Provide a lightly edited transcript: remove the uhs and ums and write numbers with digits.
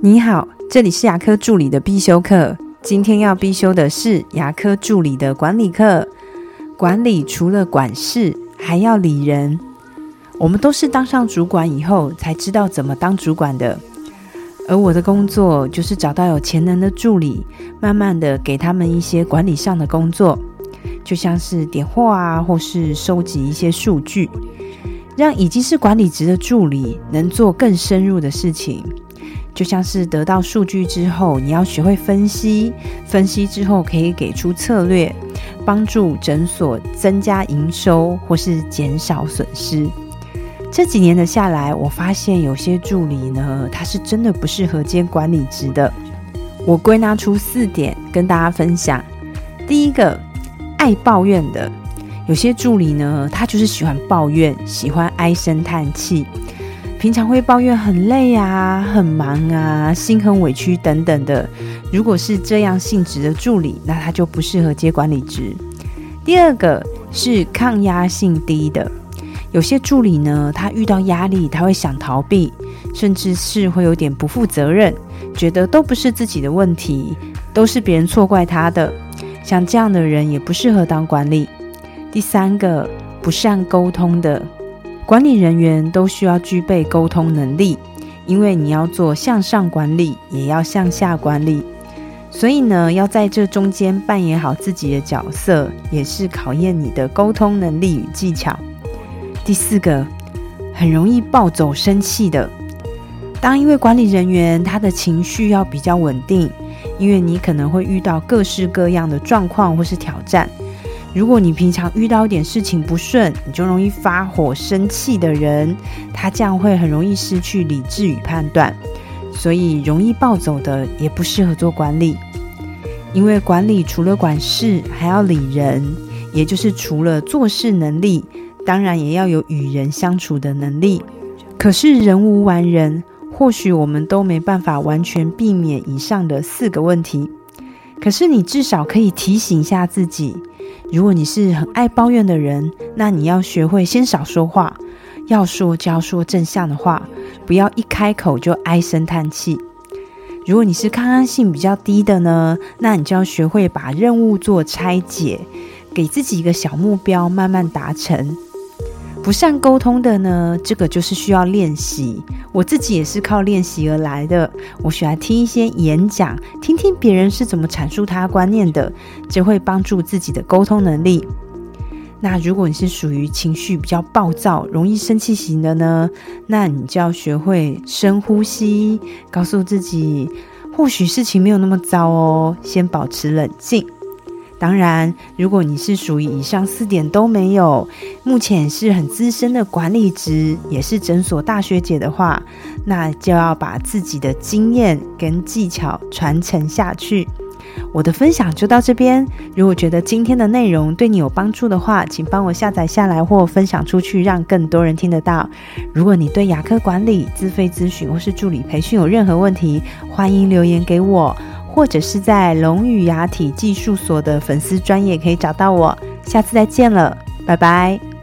你好，这里是牙科助理的必修课。今天要必修的是牙科助理的管理课。管理除了管事，还要理人。我们都是当上主管以后才知道怎么当主管的。而我的工作就是找到有潜能的助理，慢慢的给他们一些管理上的工作，就像是点货啊，或是收集一些数据，让已经是管理职的助理能做更深入的事情。就像是得到数据之后，你要学会分析，分析之后可以给出策略，帮助诊所增加营收或是减少损失。这几年的下来，我发现有些助理呢，他是真的不适合接管理职的。我归纳出4点跟大家分享。第一个，爱抱怨的。有些助理呢，他就是喜欢抱怨，喜欢唉声叹气，平常会抱怨很累啊，很忙啊，心很委屈等等的。如果是这样性质的助理，那他就不适合接管理职。第二个是抗压性低的。有些助理呢，他遇到压力，他会想逃避，甚至是会有点不负责任，觉得都不是自己的问题，都是别人错怪他的。像这样的人也不适合当管理。第三个，不善沟通的。管理人员都需要具备沟通能力，因为你要做向上管理，也要向下管理，所以呢，要在这中间扮演好自己的角色，也是考验你的沟通能力与技巧。第4个，很容易暴走生气的。当一位管理人员，他的情绪要比较稳定，因为你可能会遇到各式各样的状况或是挑战。如果你平常遇到一点事情不顺，你就容易发火生气的人，他这样会很容易失去理智与判断，所以容易暴走的也不适合做管理。因为管理除了管事，还要理人，也就是除了做事能力，当然也要有与人相处的能力。可是人无完人，或许我们都没办法完全避免以上的4个问题，可是你至少可以提醒一下自己。如果你是很爱抱怨的人，那你要学会先少说话，要说就要说正向的话，不要一开口就唉声叹气。如果你是抗压性比较低的呢，那你就要学会把任务做拆解，给自己一个小目标，慢慢达成。不善沟通的呢，这个就是需要练习。我自己也是靠练习而来的。我喜欢听一些演讲，听听别人是怎么阐述他观念的，这会帮助自己的沟通能力。那如果你是属于情绪比较暴躁、容易生气型的呢，那你就要学会深呼吸，告诉自己，或许事情没有那么糟哦，先保持冷静。当然，如果你是属于以上4点都没有，目前是很资深的管理职，也是诊所大学姐的话，那就要把自己的经验跟技巧传承下去。我的分享就到这边，如果觉得今天的内容对你有帮助的话，请帮我下载下来或分享出去，让更多人听得到。如果你对牙科管理、自费咨询或是助理培训有任何问题，欢迎留言给我，或者是在龙语牙体技术所的粉丝专页可以找到我。下次再见了，拜拜。